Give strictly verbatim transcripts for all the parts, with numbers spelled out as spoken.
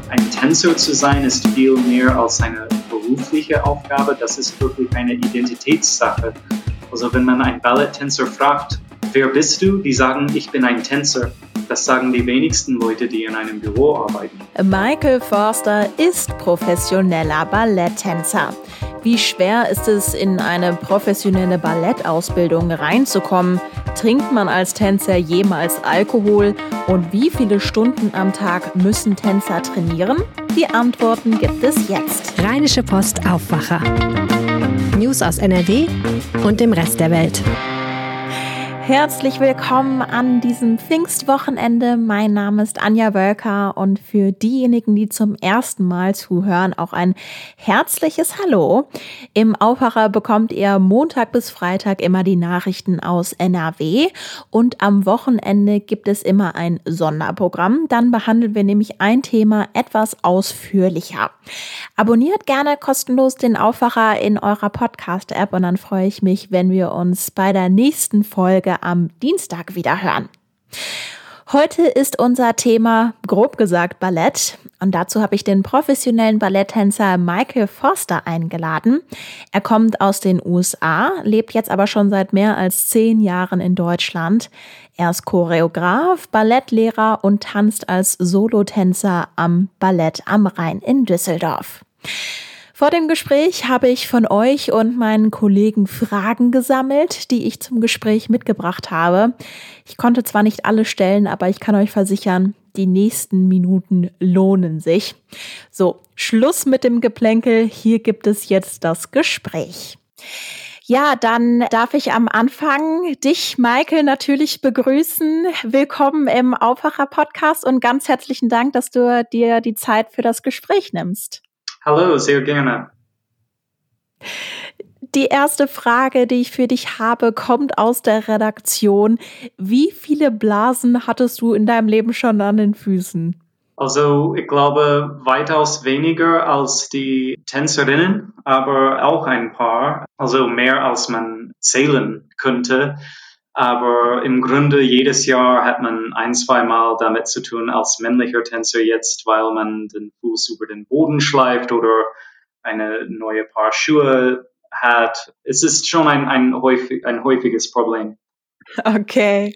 ein Tänzer zu sein ist viel mehr als eine berufliche Aufgabe. Das ist wirklich eine Identitätssache. Also wenn man einen Balletttänzer fragt, wer bist du? Die sagen, ich bin ein Tänzer. Das sagen die wenigsten Leute, die in einem Büro arbeiten. Michael Forster ist professioneller Balletttänzer. Wie schwer ist es, in eine professionelle Ballettausbildung reinzukommen? Trinkt man als Tänzer jemals Alkohol? Und wie viele Stunden am Tag müssen Tänzer trainieren? Die Antworten gibt es jetzt. Rheinische Post Aufwacher. News aus N R W und dem Rest der Welt. Herzlich willkommen an diesem Pfingstwochenende. Mein Name ist Anja Wölker und für diejenigen, die zum ersten Mal zuhören, auch ein herzliches Hallo. Im Aufwacher bekommt ihr Montag bis Freitag immer die Nachrichten aus N R W und am Wochenende gibt es immer ein Sonderprogramm. Dann behandeln wir nämlich ein Thema etwas ausführlicher. Abonniert gerne kostenlos den Aufwacher in eurer Podcast-App und dann freue ich mich, wenn wir uns bei der nächsten Folge am Dienstag wieder hören. Heute ist unser Thema, grob gesagt, Ballett. Und dazu habe ich den professionellen Balletttänzer Michael Forster eingeladen. Er kommt aus den U S A, lebt jetzt aber schon seit mehr als zehn Jahren in Deutschland. Er ist Choreograf, Ballettlehrer und tanzt als Solotänzer am Ballett am Rhein in Düsseldorf. Vor dem Gespräch habe ich von euch und meinen Kollegen Fragen gesammelt, die ich zum Gespräch mitgebracht habe. Ich konnte zwar nicht alle stellen, aber ich kann euch versichern, die nächsten Minuten lohnen sich. So, Schluss mit dem Geplänkel. Hier gibt es jetzt das Gespräch. Ja, dann darf ich am Anfang dich, Michael, natürlich begrüßen. Willkommen im Aufwacher-Podcast und ganz herzlichen Dank, dass du dir die Zeit für das Gespräch nimmst. Hallo, sehr gerne. Die erste Frage, die ich für dich habe, kommt aus der Redaktion. Wie viele Blasen hattest du in deinem Leben schon an den Füßen? Also ich glaube weitaus weniger als die Tänzerinnen, aber auch ein paar. Also mehr als man zählen könnte. Aber im Grunde jedes Jahr hat man ein, zwei Mal damit zu tun als männlicher Tänzer jetzt, weil man den Fuß über den Boden schleift oder eine neue Paar Schuhe hat. Es ist schon ein, ein, häufig, ein häufiges Problem. Okay.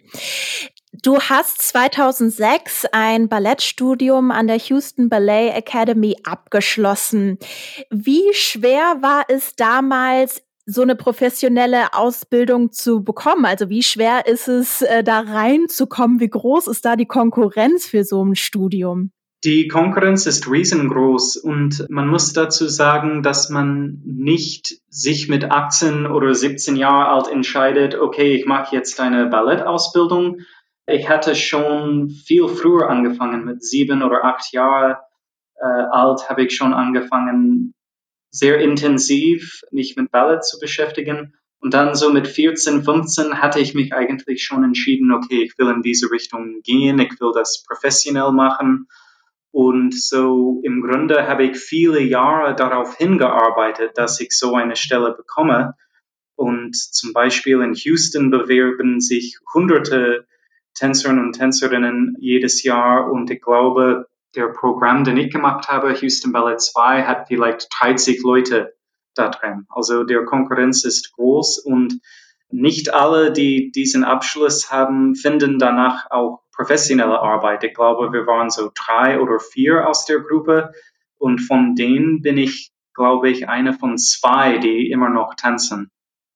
Du hast zweitausendsechs ein Ballettstudium an der Houston Ballet Academy abgeschlossen. Wie schwer war es damals, so eine professionelle Ausbildung zu bekommen? Also wie schwer ist es, da reinzukommen? Wie groß ist da die Konkurrenz für so ein Studium? Die Konkurrenz ist riesengroß und man muss dazu sagen, dass man nicht sich mit achtzehn oder siebzehn Jahre alt entscheidet, okay, ich mache jetzt eine Ballettausbildung. Ich hatte schon viel früher angefangen, mit sieben oder acht Jahren äh, alt habe ich schon angefangen, sehr intensiv mich mit Ballett zu beschäftigen. Und dann so mit vierzehn, fünfzehn hatte ich mich eigentlich schon entschieden, okay, ich will in diese Richtung gehen, ich will das professionell machen. Und so im Grunde habe ich viele Jahre darauf hingearbeitet, dass ich so eine Stelle bekomme. Und zum Beispiel in Houston bewerben sich hunderte Tänzerinnen und Tänzerinnen jedes Jahr. Und ich glaube, der Programm, den ich gemacht habe, Houston Ballet zwei, hat vielleicht dreißig Leute da drin. Also der Konkurrenz ist groß und nicht alle, die diesen Abschluss haben, finden danach auch professionelle Arbeit. Ich glaube, wir waren so drei oder vier aus der Gruppe und von denen bin ich, glaube ich, eine von zwei, die immer noch tanzen.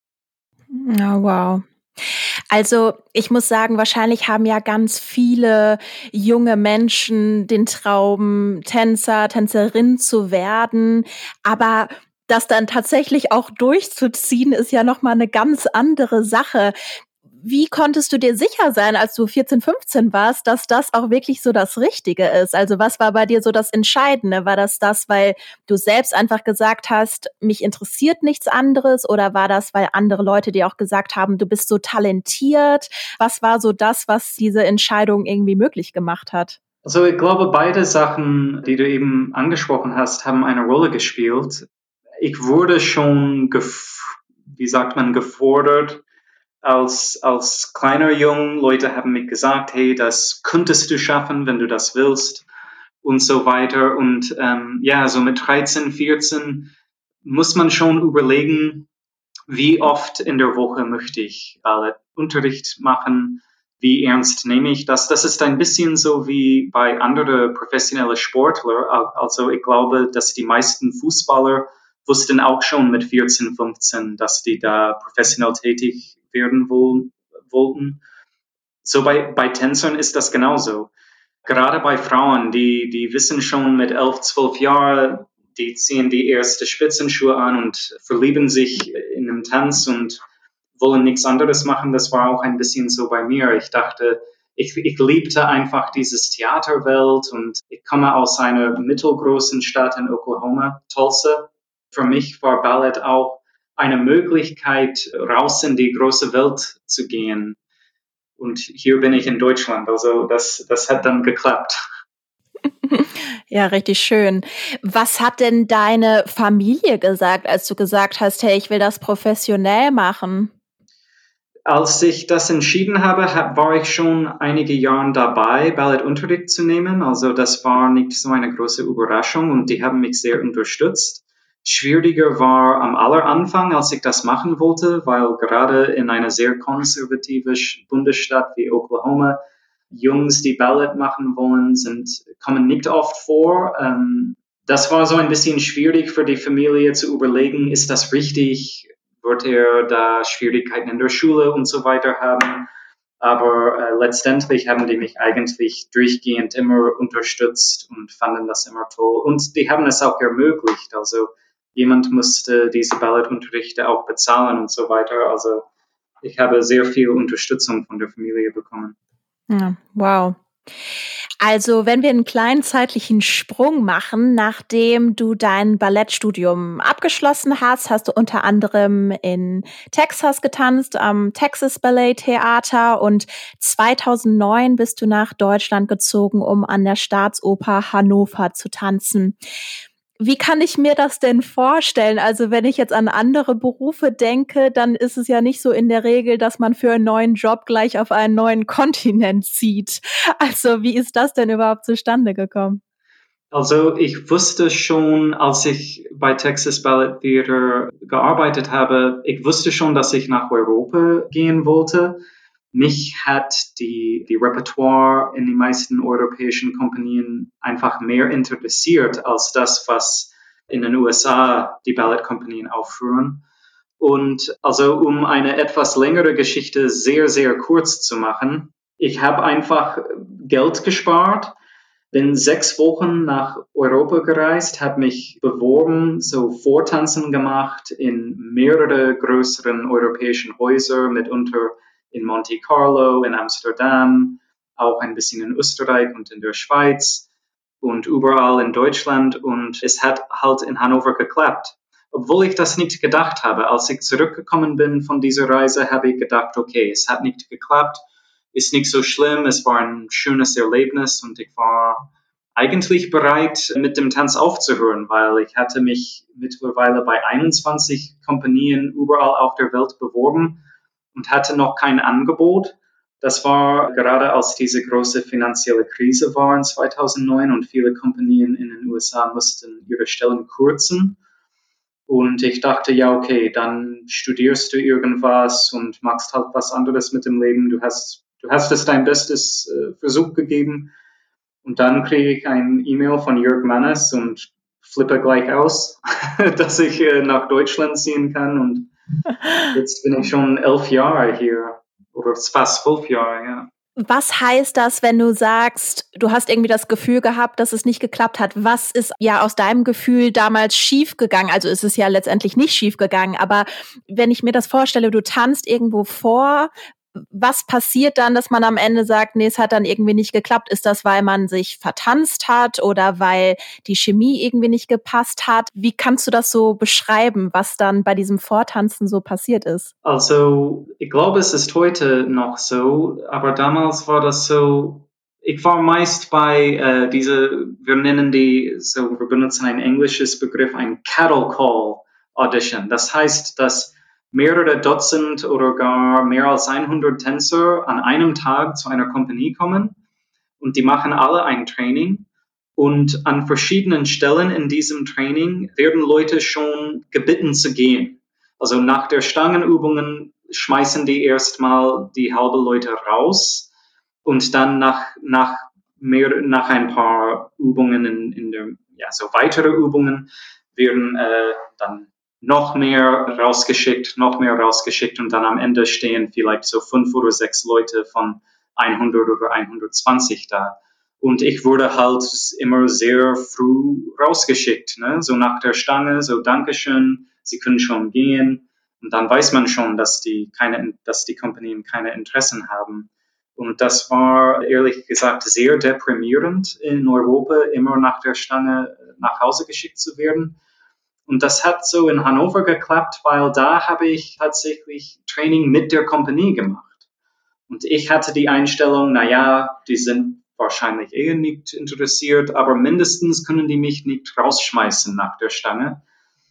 Oh, wow. Also ich muss sagen, wahrscheinlich haben ja ganz viele junge Menschen den Traum, Tänzer, Tänzerin zu werden, aber das dann tatsächlich auch durchzuziehen, ist ja nochmal eine ganz andere Sache. Wie konntest du dir sicher sein, als du vierzehn, fünfzehn warst, dass das auch wirklich so das Richtige ist? Also was war bei dir so das Entscheidende? War das das, weil du selbst einfach gesagt hast, mich interessiert nichts anderes? Oder war das, weil andere Leute dir auch gesagt haben, du bist so talentiert? Was war so das, was diese Entscheidung irgendwie möglich gemacht hat? Also ich glaube, beide Sachen, die du eben angesprochen hast, haben eine Rolle gespielt. Ich wurde schon, gef- wie sagt man, gefordert, Als, als kleiner Jung, Leute haben mir gesagt, hey, das könntest du schaffen, wenn du das willst. und so weiter. Und ähm, ja, so mit dreizehn, vierzehn muss man schon überlegen, wie oft in der Woche möchte ich Ballettunterricht machen, wie ernst nehme ich das. Das ist ein bisschen so wie bei anderen professionellen Sportlern. Also ich glaube, dass die meisten Fußballer wussten auch schon mit vierzehn, fünfzehn, dass die da professionell tätig werden wollen, wollten. So bei, bei Tänzern ist das genauso. Gerade bei Frauen, die, die wissen schon mit elf, zwölf Jahren, die ziehen die erste Spitzenschuhe an und verlieben sich in einem Tanz und wollen nichts anderes machen. Das war auch ein bisschen so bei mir. Ich dachte, ich, ich liebte einfach dieses Theaterwelt und ich komme aus einer mittelgroßen Stadt in Oklahoma, Tulsa. Für mich war Ballett auch eine Möglichkeit, raus in die große Welt zu gehen. Und hier bin ich in Deutschland, also das, das hat dann geklappt. Ja, richtig schön. Was hat denn deine Familie gesagt, als du gesagt hast, hey, ich will das professionell machen? Als ich das entschieden habe, war ich schon einige Jahre dabei, Ballettunterricht zu nehmen. Also das war nicht so eine große Überraschung und die haben mich sehr unterstützt. Schwieriger war am Alleranfang, als ich das machen wollte, weil gerade in einer sehr konservativen Bundesstaat wie Oklahoma Jungs, die Ballett machen wollen, sind, kommen nicht oft vor. Ähm, das war so ein bisschen schwierig für die Familie zu überlegen, ist das richtig? Wird er da Schwierigkeiten in der Schule und so weiter haben? Aber äh, letztendlich haben die mich eigentlich durchgehend immer unterstützt und fanden das immer toll. Und die haben es auch ermöglicht. Also jemand musste diese Ballettunterrichte auch bezahlen und so weiter. Also ich habe sehr viel Unterstützung von der Familie bekommen. Ja, wow. Also, wenn wir einen kleinen zeitlichen Sprung machen, nachdem du dein Ballettstudium abgeschlossen hast, hast du unter anderem in Texas getanzt, am Texas Ballet Theater und zweitausendneun bist du nach Deutschland gezogen, um an der Staatsoper Hannover zu tanzen. Wie kann ich mir das denn vorstellen? Also wenn ich jetzt an andere Berufe denke, dann ist es ja nicht so in der Regel, dass man für einen neuen Job gleich auf einen neuen Kontinent zieht. Also wie ist das denn überhaupt zustande gekommen? Also ich wusste schon, als ich bei Texas Ballet Theater gearbeitet habe, ich wusste schon, dass ich nach Europa gehen wollte. Mich hat die, die Repertoire in den meisten europäischen Kompanien einfach mehr interessiert als das, was in den U S A die Ballettkompanien aufführen. Und also um eine etwas längere Geschichte sehr, sehr kurz zu machen, ich habe einfach Geld gespart, bin sechs Wochen nach Europa gereist, habe mich beworben, so Vortanzen gemacht in mehrere größeren europäischen Häuser, mitunter in Monte Carlo, in Amsterdam, auch ein bisschen in Österreich und in der Schweiz und überall in Deutschland. Und es hat halt in Hannover geklappt. Obwohl ich das nicht gedacht habe. Als ich zurückgekommen bin von dieser Reise, habe ich gedacht, okay, es hat nicht geklappt, ist nicht so schlimm, es war ein schönes Erlebnis und ich war eigentlich bereit, mit dem Tanz aufzuhören, weil ich hatte mich mittlerweile bei einundzwanzig Kompanien überall auf der Welt beworben und hatte noch kein Angebot. Das war gerade als diese große finanzielle Krise war in zweitausendneun und viele Kompanien in den U S A mussten ihre Stellen kürzen. Und ich dachte, ja, okay, dann studierst du irgendwas und machst halt was anderes mit dem Leben. Du hast, du hast es dein bestes äh, Versuch gegeben. Und dann kriege ich ein E-Mail von Jörg Mannes und flippe gleich aus, dass ich äh, nach Deutschland ziehen kann. Und jetzt bin ich schon elf Jahre hier. Oder fast zwölf Jahre, ja. Was heißt das, wenn du sagst, du hast irgendwie das Gefühl gehabt, dass es nicht geklappt hat? Was ist ja aus deinem Gefühl damals schiefgegangen? Also ist es ja letztendlich nicht schiefgegangen, aber wenn ich mir das vorstelle, du tanzt irgendwo vor, was passiert dann, dass man am Ende sagt, nee, es hat dann irgendwie nicht geklappt? Ist das, weil man sich vertanzt hat oder weil die Chemie irgendwie nicht gepasst hat? Wie kannst du das so beschreiben, was dann bei diesem Vortanzen so passiert ist? Also, ich glaube, es ist heute noch so, aber damals war das so, ich war meist bei äh, diese, wir nennen die, so, wir benutzen ein englisches Begriff, ein Cattle Call Audition. Das heißt, dass mehrere Dutzend oder gar mehr als hundert Tänzer an einem Tag zu einer Kompanie kommen und die machen alle ein Training Und an verschiedenen Stellen in diesem Training werden Leute schon gebeten zu gehen. Also nach der Stangenübungen schmeißen die erstmal die halbe Leute raus und dann nach, nach, mehr, nach ein paar Übungen, in, in der, ja, so weitere Übungen, werden äh, dann noch mehr rausgeschickt, noch mehr rausgeschickt und dann am Ende stehen vielleicht so fünf oder sechs Leute von hundert oder hundertzwanzig da. Und ich wurde halt immer sehr früh rausgeschickt, ne? So nach der Stange, so Dankeschön, Sie können schon gehen. Und dann weiß man schon, dass die keine, dass die Kompanien keine Interessen haben. Und das war ehrlich gesagt sehr deprimierend in Europa, immer nach der Stange nach Hause geschickt zu werden. Und das hat so in Hannover geklappt, weil da habe ich tatsächlich Training mit der Kompanie gemacht. Und ich hatte die Einstellung, na ja, die sind wahrscheinlich eh nicht interessiert, aber mindestens können die mich nicht rausschmeißen nach der Stange.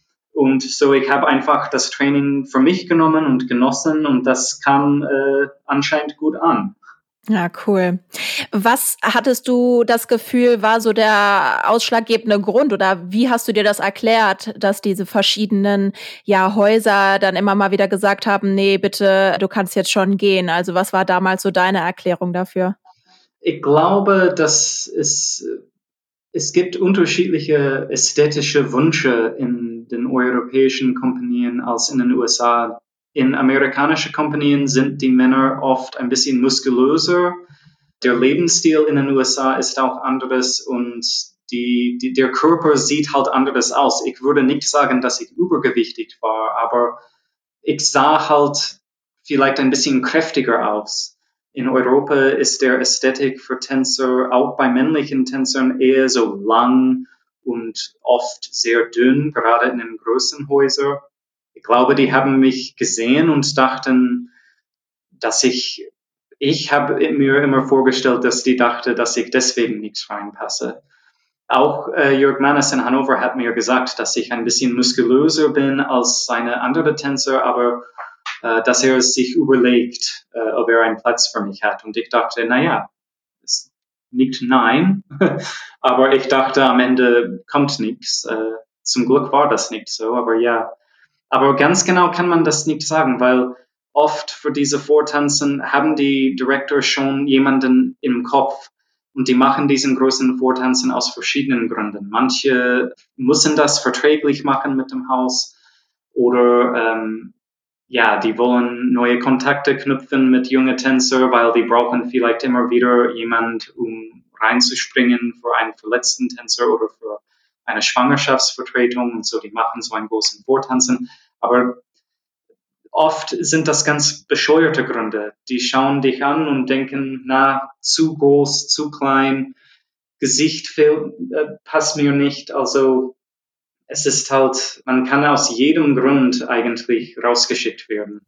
Und so, ich habe einfach das Training für mich genommen und genossen und das kam äh, anscheinend gut an. Ja, cool. Was hattest du das Gefühl, war so der ausschlaggebende Grund oder wie hast du dir das erklärt, dass diese verschiedenen ja, Häuser dann immer mal wieder gesagt haben, nee, bitte, du kannst jetzt schon gehen. Also was war damals so deine Erklärung dafür? Ich glaube, dass es, es gibt unterschiedliche ästhetische Wünsche in den europäischen Kompanien als in den U S A. In amerikanischen Kompanien sind die Männer oft ein bisschen muskulöser. Der Lebensstil in den U S A ist auch anderes und die, die, der Körper sieht halt anderes aus. Ich würde nicht sagen, dass ich übergewichtig war, aber ich sah halt vielleicht ein bisschen kräftiger aus. In Europa ist der Ästhetik für Tänzer, auch bei männlichen Tänzern, eher so lang und oft sehr dünn, gerade in den großen Häusern. Ich glaube, die haben mich gesehen und dachten, dass ich, ich habe mir immer vorgestellt, dass die dachte, dass ich deswegen nicht reinpasse. Auch äh, Jörg Mannes in Hannover hat mir gesagt, dass ich ein bisschen muskulöser bin als seine anderen Tänzer, aber äh, dass er es sich überlegt, äh, ob er einen Platz für mich hat. Und ich dachte, naja, nicht nein, aber ich dachte, am Ende kommt nichts. Äh, zum Glück war das nicht so, aber ja. Aber ganz genau kann man das nicht sagen, weil oft für diese Vortanzen haben die Director schon jemanden im Kopf und die machen diesen großen Vortanzen aus verschiedenen Gründen. Manche müssen das verträglich machen mit dem Haus oder ähm, ja, die wollen neue Kontakte knüpfen mit jungen Tänzern, weil die brauchen vielleicht immer wieder jemand, um reinzuspringen für einen verletzten Tänzer oder für eine Schwangerschaftsvertretung und so, die machen so einen großen Vortanzen. Aber oft sind das ganz bescheuerte Gründe. Die schauen dich an und denken, na, zu groß, zu klein, Gesicht fehlt, äh, passt mir nicht. Also es ist halt, man kann aus jedem Grund eigentlich rausgeschickt werden.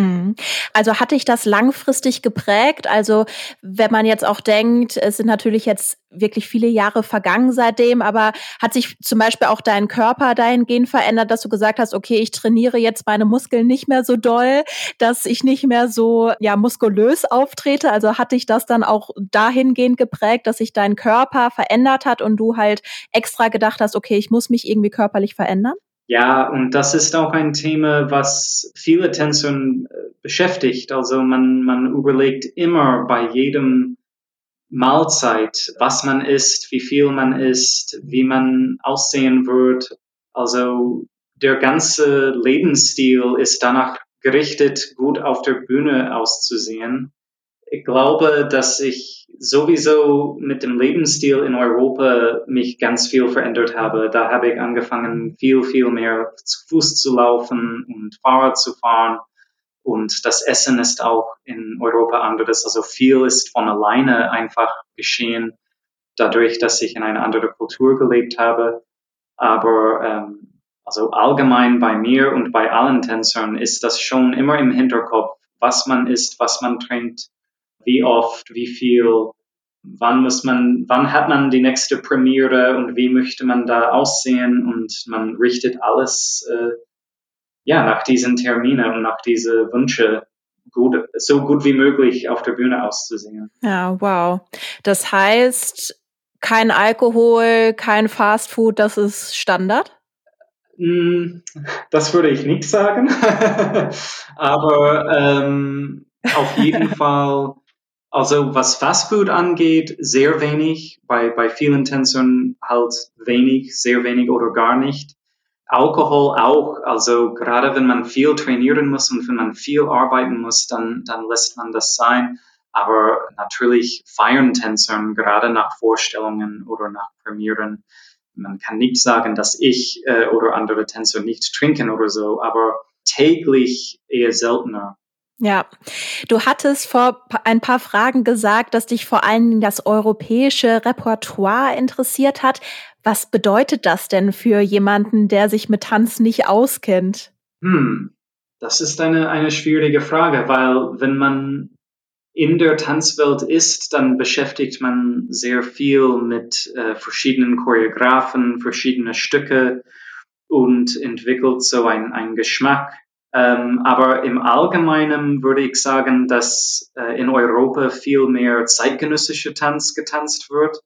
Also hat dich das langfristig geprägt? Also wenn man jetzt auch denkt, es sind natürlich jetzt wirklich viele Jahre vergangen seitdem, aber hat sich zum Beispiel auch dein Körper dahingehend verändert, dass du gesagt hast, okay, ich trainiere jetzt meine Muskeln nicht mehr so doll, dass ich nicht mehr so ja muskulös auftrete? Also hat dich das dann auch dahingehend geprägt, dass sich dein Körper verändert hat und du halt extra gedacht hast, okay, ich muss mich irgendwie körperlich verändern? Ja, und das ist auch ein Thema, was viele Tänzer beschäftigt. Also man, man überlegt immer bei jedem Mahlzeit, was man isst, wie viel man isst, wie man aussehen wird. Also der ganze Lebensstil ist danach gerichtet, gut auf der Bühne auszusehen. Ich glaube, dass ich sowieso mit dem Lebensstil in Europa mich ganz viel verändert habe. Da habe ich angefangen, viel, viel mehr zu Fuß zu laufen und Fahrrad zu fahren. Und das Essen ist auch in Europa anderes. Also viel ist von alleine einfach geschehen, dadurch, dass ich in einer anderen Kultur gelebt habe. Aber ähm, also allgemein bei mir und bei allen Tänzern ist das schon immer im Hinterkopf, was man isst, was man trinkt, wie oft, wie viel, wann muss man, wann hat man die nächste Premiere und wie möchte man da aussehen und man richtet alles äh, ja nach diesen Terminen und nach diesen Wünsche gut, so gut wie möglich auf der Bühne auszusehen. Ja, wow. Das heißt, kein Alkohol, kein Fastfood, das ist Standard? Das würde ich nicht sagen, aber ähm, auf jeden Fall, also was Fastfood angeht, sehr wenig, bei, bei vielen Tänzern halt wenig, sehr wenig oder gar nicht. Alkohol auch, also gerade wenn man viel trainieren muss und wenn man viel arbeiten muss, dann, dann lässt man das sein. Aber natürlich feiern Tänzern gerade nach Vorstellungen oder nach Premieren. Man kann nicht sagen, dass ich äh, oder andere Tänzer nicht trinken oder so, aber täglich eher seltener. Ja, du hattest vor ein paar Fragen gesagt, dass dich vor allen Dingen das europäische Repertoire interessiert hat. Was bedeutet das denn für jemanden, der sich mit Tanz nicht auskennt? Hm, das ist eine, eine schwierige Frage, weil wenn man in der Tanzwelt ist, dann beschäftigt man sehr viel mit äh, verschiedenen Choreografen, verschiedene Stücke und entwickelt so ein, ein Geschmack. Ähm, aber im Allgemeinen würde ich sagen, dass äh, in Europa viel mehr zeitgenössischer Tanz getanzt wird,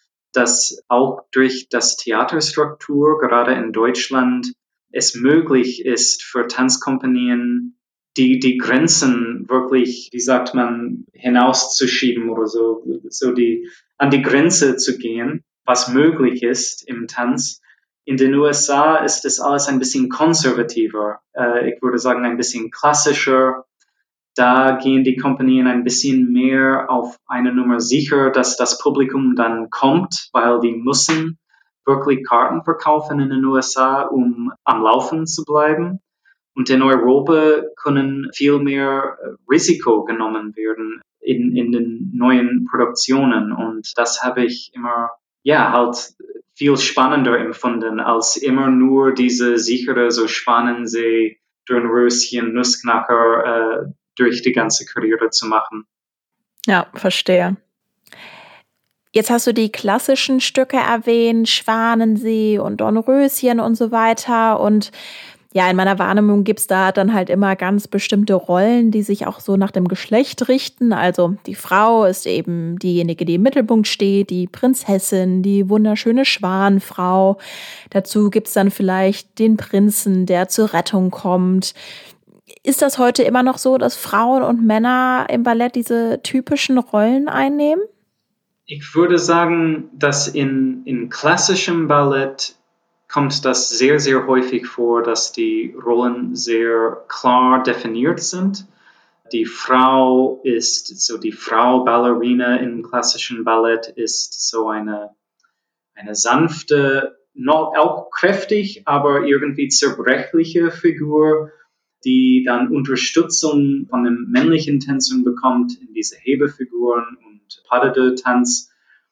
dass auch durch das Theaterstruktur, gerade in Deutschland, es möglich ist für Tanzkompanien, die, die Grenzen wirklich, wie sagt man, hinauszuschieben oder so, so die, an die Grenze zu gehen, was möglich ist im Tanz. In den U S A ist das alles ein bisschen konservativer. Äh, ich würde sagen, ein bisschen klassischer. Da gehen die Kompanien ein bisschen mehr auf eine Nummer sicher, dass das Publikum dann kommt, weil die müssen wirklich Karten verkaufen in den U S A, um am Laufen zu bleiben. Und in Europa können viel mehr Risiko genommen werden in, in den neuen Produktionen. Und das habe ich immer, ja, halt viel spannender empfunden, als immer nur diese sichere, so spannen sie Dornröschen, Nussknacker äh, durch die ganze Karriere zu machen. Ja, verstehe. Jetzt hast du die klassischen Stücke erwähnt, Schwanensee und Dornröschen und so weiter. Und ja, in meiner Wahrnehmung gibt's da dann halt immer ganz bestimmte Rollen, die sich auch so nach dem Geschlecht richten. Also die Frau ist eben diejenige, die im Mittelpunkt steht, die Prinzessin, die wunderschöne Schwanfrau. Dazu gibt's dann vielleicht den Prinzen, der zur Rettung kommt. Ist das heute immer noch so, dass Frauen und Männer im Ballett diese typischen Rollen einnehmen? Ich würde sagen, dass in, in klassischem Ballett kommt das sehr, sehr häufig vor, dass die Rollen sehr klar definiert sind. Die Frau ist, so die Frau Ballerina im klassischen Ballett ist so eine, eine sanfte, noch auch kräftig, aber irgendwie zerbrechliche Figur, die dann Unterstützung von den männlichen Tänzern bekommt in diese Hebefiguren und Pas de deux Tanz.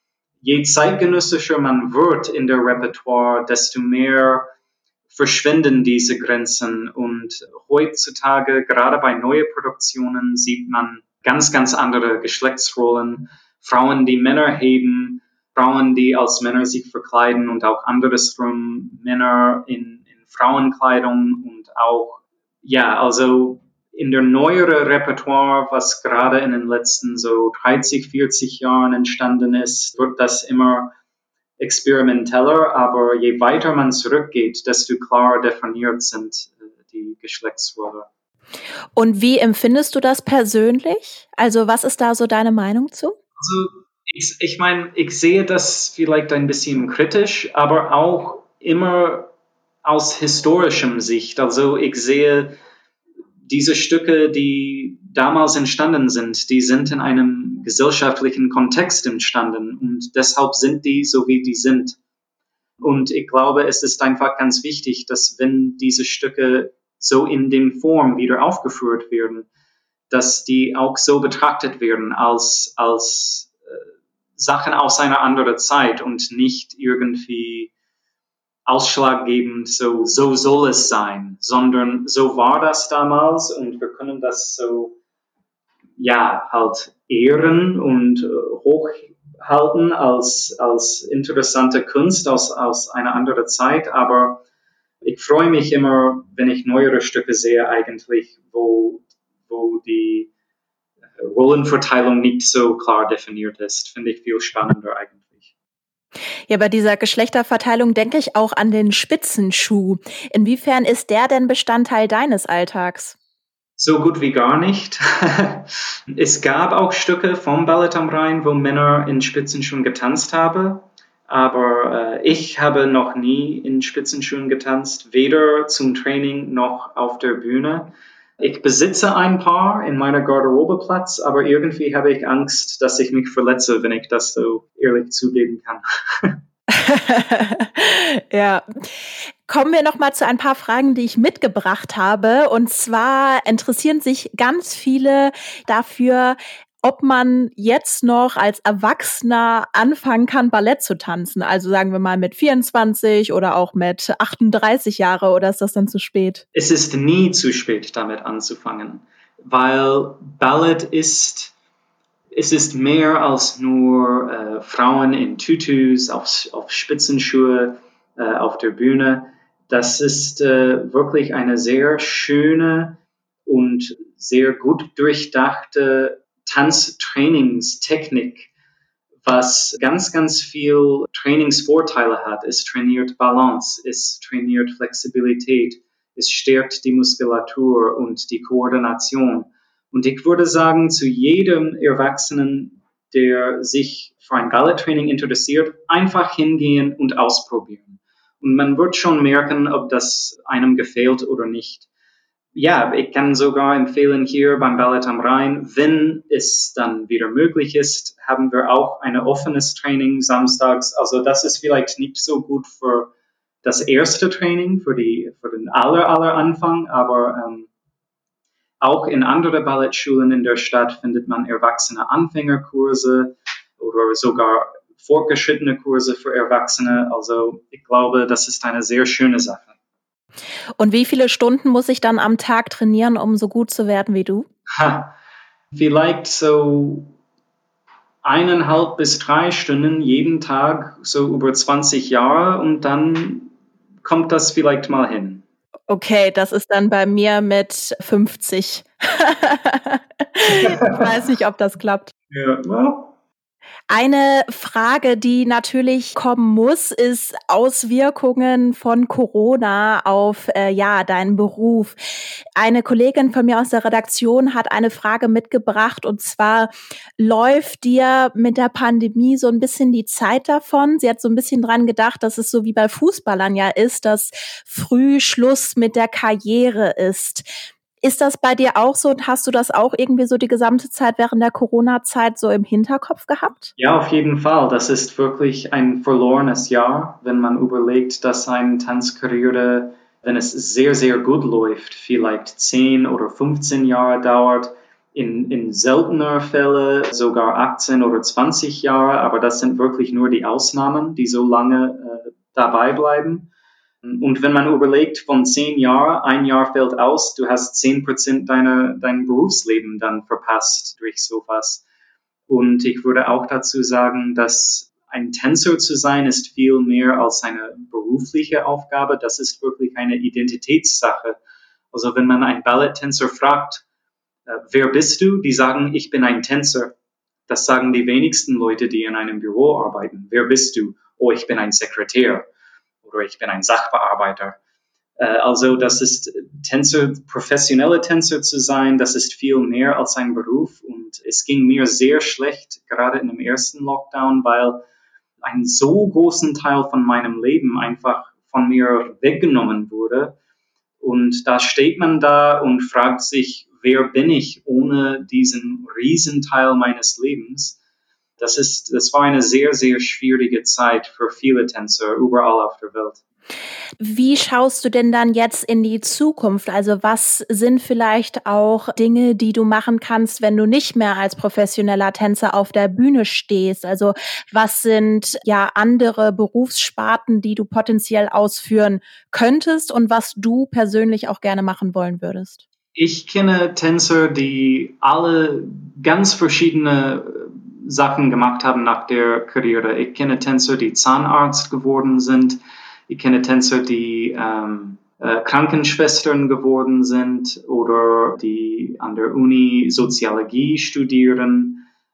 Je zeitgenössischer man wird in der Repertoire, desto mehr verschwinden diese Grenzen. Und heutzutage, gerade bei neuen Produktionen, sieht man ganz, ganz andere Geschlechtsrollen. Frauen, die Männer heben, Frauen, die als Männer sich verkleiden und auch andersrum Männer in, in Frauenkleidung und auch, ja, also in der neueren Repertoire, was gerade in den letzten so dreißig, vierzig Jahren entstanden ist, wird das immer experimenteller, aber je weiter man zurückgeht, desto klarer definiert sind die Geschlechtsrolle. Und wie empfindest du das persönlich? Also was ist da so deine Meinung zu? Also ich, ich meine, ich sehe das vielleicht ein bisschen kritisch, aber auch immer aus historischem Sicht. Also ich sehe diese Stücke, die damals entstanden sind, die sind in einem gesellschaftlichen Kontext entstanden und deshalb sind die so, wie die sind. Und ich glaube, es ist einfach ganz wichtig, dass wenn diese Stücke so in dem Form wieder aufgeführt werden, dass die auch so betrachtet werden als, als äh, Sachen aus einer anderen Zeit und nicht irgendwie ausschlaggebend, so, so soll es sein, sondern so war das damals und wir können das so, ja, halt ehren und äh, hochhalten als, als interessante Kunst aus, aus einer anderen Zeit, aber ich freue mich immer, wenn ich neuere Stücke sehe eigentlich, wo, wo die Rollenverteilung nicht so klar definiert ist, finde ich viel spannender eigentlich. Ja, bei dieser Geschlechterverteilung denke ich auch an den Spitzenschuh. Inwiefern ist der denn Bestandteil deines Alltags? So gut wie gar nicht. Es gab auch Stücke vom Ballett am Rhein, wo Männer in Spitzenschuhen getanzt haben, aber äh, ich habe noch nie in Spitzenschuhen getanzt, weder zum Training noch auf der Bühne. Ich besitze ein Paar in meiner Garderobeplatz, aber irgendwie habe ich Angst, dass ich mich verletze, wenn ich das so ehrlich zugeben kann. Ja. Kommen wir noch mal zu ein paar Fragen, die ich mitgebracht habe. Und zwar interessieren sich ganz viele dafür, ob man jetzt noch als Erwachsener anfangen kann, Ballett zu tanzen. Also sagen wir mal mit vierundzwanzig oder auch mit achtunddreißig Jahre, oder ist das dann zu spät? Es ist nie zu spät, damit anzufangen, weil Ballett ist, es ist mehr als nur äh, Frauen in Tutus, auf, auf Spitzenschuhe, äh, auf der Bühne. Das ist äh, wirklich eine sehr schöne und sehr gut durchdachte Tanztrainingstechnik, was ganz, ganz viel Trainingsvorteile hat. Es trainiert Balance, es trainiert Flexibilität, es stärkt die Muskulatur und die Koordination. Und ich würde sagen, zu jedem Erwachsenen, der sich für ein Balletttraining interessiert, einfach hingehen und ausprobieren. Und man wird schon merken, ob das einem gefällt oder nicht. Ja, ich kann sogar empfehlen, hier beim Ballett am Rhein, wenn es dann wieder möglich ist, haben wir auch ein offenes Training samstags. Also das ist vielleicht nicht so gut für das erste Training, für, die, für den aller, aller Anfang, aber ähm, auch in anderen Ballettschulen in der Stadt findet man erwachsene Anfängerkurse oder sogar fortgeschrittene Kurse für Erwachsene. Also ich glaube, das ist eine sehr schöne Sache. Und wie viele Stunden muss ich dann am Tag trainieren, um so gut zu werden wie du? Ha, vielleicht so eineinhalb bis drei Stunden jeden Tag, so über zwanzig Jahre, und dann kommt das vielleicht mal hin. Okay, das ist dann bei mir mit fünfzig. Ich weiß nicht, ob das klappt. Ja, well. Eine Frage, die natürlich kommen muss, ist Auswirkungen von Corona auf äh, ja deinen Beruf. Eine Kollegin von mir aus der Redaktion hat eine Frage mitgebracht, und zwar: Läuft dir mit der Pandemie so ein bisschen die Zeit davon? Sie hat so ein bisschen dran gedacht, dass es so wie bei Fußballern ja ist, dass früh Schluss mit der Karriere ist. Ist das bei dir auch so, und hast du das auch irgendwie so die gesamte Zeit während der Corona-Zeit so im Hinterkopf gehabt? Ja, auf jeden Fall. Das ist wirklich ein verlorenes Jahr, wenn man überlegt, dass eine Tanzkarriere, wenn es sehr, sehr gut läuft, vielleicht zehn oder fünfzehn Jahre dauert, in, in seltener Fälle sogar achtzehn oder zwanzig Jahre, aber das sind wirklich nur die Ausnahmen, die so lange äh, dabei bleiben. Und wenn man überlegt, von zehn Jahren, ein Jahr fällt aus, du hast zehn Prozent deiner, dein Berufsleben dann verpasst durch sowas. Und ich würde auch dazu sagen, dass ein Tänzer zu sein, ist viel mehr als eine berufliche Aufgabe. Das ist wirklich eine Identitätssache. Also wenn man einen Balletttänzer fragt, äh, wer bist du? Die sagen, ich bin ein Tänzer. Das sagen die wenigsten Leute, die in einem Büro arbeiten. Wer bist du? Oh, ich bin ein Sekretär. Oder ich bin ein Sachbearbeiter. Äh, also das ist Tänzer, professionelle Tänzer zu sein, das ist viel mehr als ein Beruf. Und es ging mir sehr schlecht, gerade in dem ersten Lockdown, weil ein so großen Teil von meinem Leben einfach von mir weggenommen wurde. Und da steht man da und fragt sich, wer bin ich ohne diesen Riesenteil meines Lebens? Das ist, das war eine sehr, sehr schwierige Zeit für viele Tänzer überall auf der Welt. Wie schaust du denn dann jetzt in die Zukunft? Also was sind vielleicht auch Dinge, die du machen kannst, wenn du nicht mehr als professioneller Tänzer auf der Bühne stehst? Also was sind ja andere Berufssparten, die du potenziell ausführen könntest und was du persönlich auch gerne machen wollen würdest? Ich kenne Tänzer, die alle ganz verschiedene Sachen gemacht haben nach der Karriere. Ich kenne Tänzer, die Zahnarzt geworden sind. Ich kenne Tänzer, die ähm, äh, Krankenschwestern geworden sind oder die an der Uni Soziologie studieren.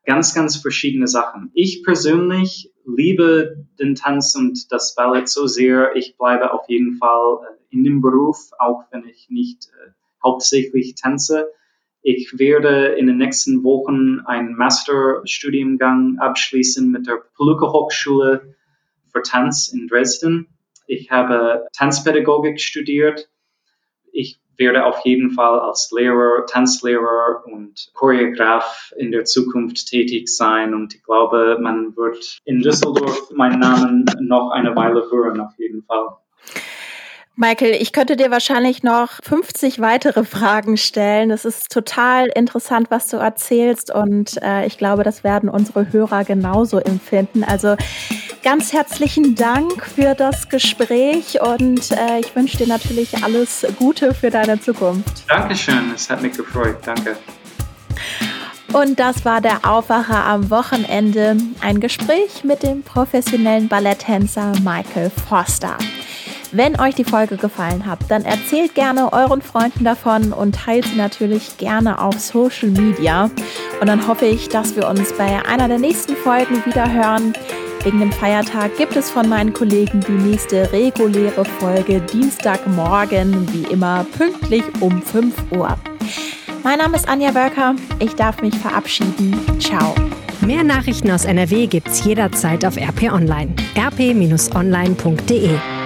ganz, ganz verschiedene Sachen. Ich persönlich liebe den Tanz und das Ballett so sehr. Ich bleibe auf jeden Fall in dem Beruf, auch wenn ich nicht äh, hauptsächlich tanze. Ich werde in den nächsten Wochen einen Masterstudiengang abschließen mit der Palluca Hochschule für Tanz in Dresden. Ich habe Tanzpädagogik studiert. Ich werde auf jeden Fall als Lehrer, Tanzlehrer und Choreograf in der Zukunft tätig sein. Und ich glaube, man wird in Düsseldorf meinen Namen noch eine Weile hören, auf jeden Fall. Michael, ich könnte dir wahrscheinlich noch fünfzig weitere Fragen stellen. Es ist total interessant, was du erzählst und äh, ich glaube, das werden unsere Hörer genauso empfinden. Also ganz herzlichen Dank für das Gespräch und äh, ich wünsche dir natürlich alles Gute für deine Zukunft. Dankeschön, es hat mich gefreut. Danke. Und das war der Aufwacher am Wochenende. Ein Gespräch mit dem professionellen Balletttänzer Michael Foster. Wenn euch die Folge gefallen hat, dann erzählt gerne euren Freunden davon und teilt sie natürlich gerne auf Social Media. Und dann hoffe ich, dass wir uns bei einer der nächsten Folgen wieder hören. Wegen dem Feiertag gibt es von meinen Kollegen die nächste reguläre Folge Dienstagmorgen, wie immer pünktlich um fünf Uhr. Mein Name ist Anja Wölker. Ich darf mich verabschieden. Ciao. Mehr Nachrichten aus N R W gibt's jederzeit auf R P Online. r p Bindestrich online punkt d e